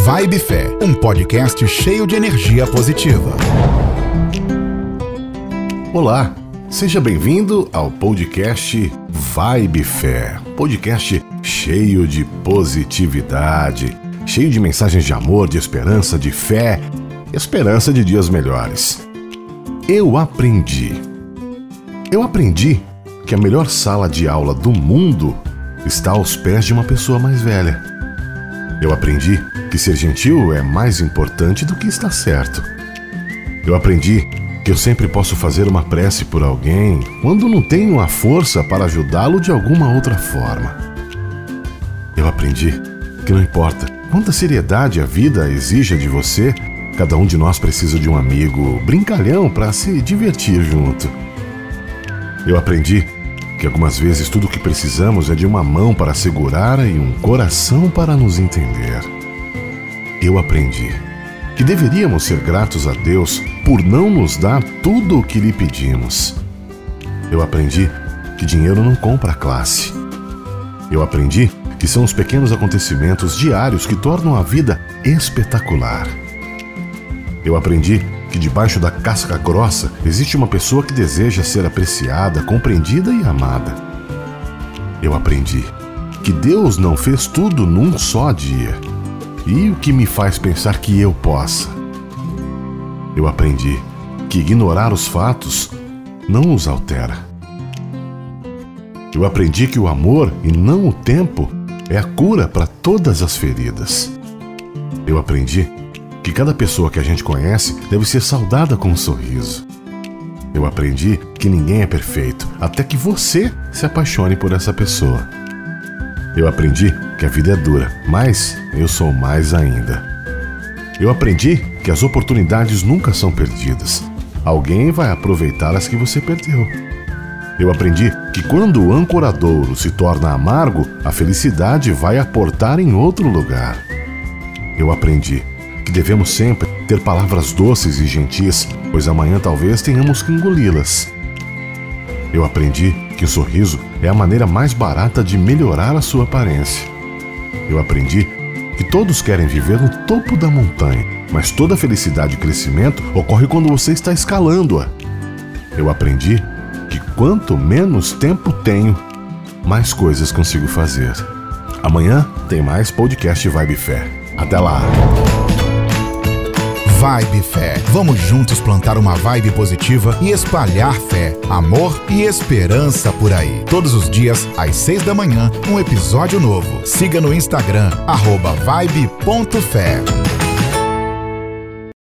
Vibe Fé, um podcast cheio de energia positiva. Olá, seja bem-vindo ao podcast Vibe Fé, podcast cheio de positividade, cheio de mensagens de amor, de esperança, de fé, esperança de dias melhores. Eu aprendi que a melhor sala de aula do mundo está aos pés de uma pessoa mais velha. Eu aprendi que ser gentil é mais importante do que estar certo. Eu aprendi que eu sempre posso fazer uma prece por alguém quando não tenho a força para ajudá-lo de alguma outra forma. Eu aprendi que não importa quanta seriedade a vida exija de você, cada um de nós precisa de um amigo brincalhão para se divertir junto. Eu aprendi que algumas vezes tudo o que precisamos é de uma mão para segurar e um coração para nos entender. Eu aprendi que deveríamos ser gratos a Deus por não nos dar tudo o que lhe pedimos. Eu aprendi que dinheiro não compra classe. Eu aprendi que são os pequenos acontecimentos diários que tornam a vida espetacular. Eu aprendi que debaixo da casca grossa existe uma pessoa que deseja ser apreciada, compreendida e amada. Eu aprendi que Deus não fez tudo num só dia, e o que me faz pensar que eu possa. Eu aprendi que ignorar os fatos não os altera. Eu aprendi que o amor e não o tempo é a cura para todas as feridas. Eu aprendi que cada pessoa que a gente conhece deve ser saudada com um sorriso. Eu aprendi que ninguém é perfeito, até que você se apaixone por essa pessoa. Eu aprendi que a vida é dura, mas eu sou mais ainda. Eu aprendi que as oportunidades nunca são perdidas. Alguém vai aproveitar as que você perdeu. Eu aprendi que quando o ancoradouro se torna amargo, a felicidade vai aportar em outro lugar. Eu aprendi que devemos sempre ter palavras doces e gentis, pois amanhã talvez tenhamos que engoli-las. Eu aprendi que o sorriso é a maneira mais barata de melhorar a sua aparência. Eu aprendi que todos querem viver no topo da montanha, mas toda felicidade e crescimento ocorre quando você está escalando-a. Eu aprendi que quanto menos tempo tenho, mais coisas consigo fazer. Amanhã tem mais podcast Vibe Fé. Até lá! Vibe Fé. Vamos juntos plantar uma vibe positiva e espalhar fé, amor e esperança por aí. Todos os dias, às 6 da manhã, um episódio novo. Siga no Instagram, @vibe.fé.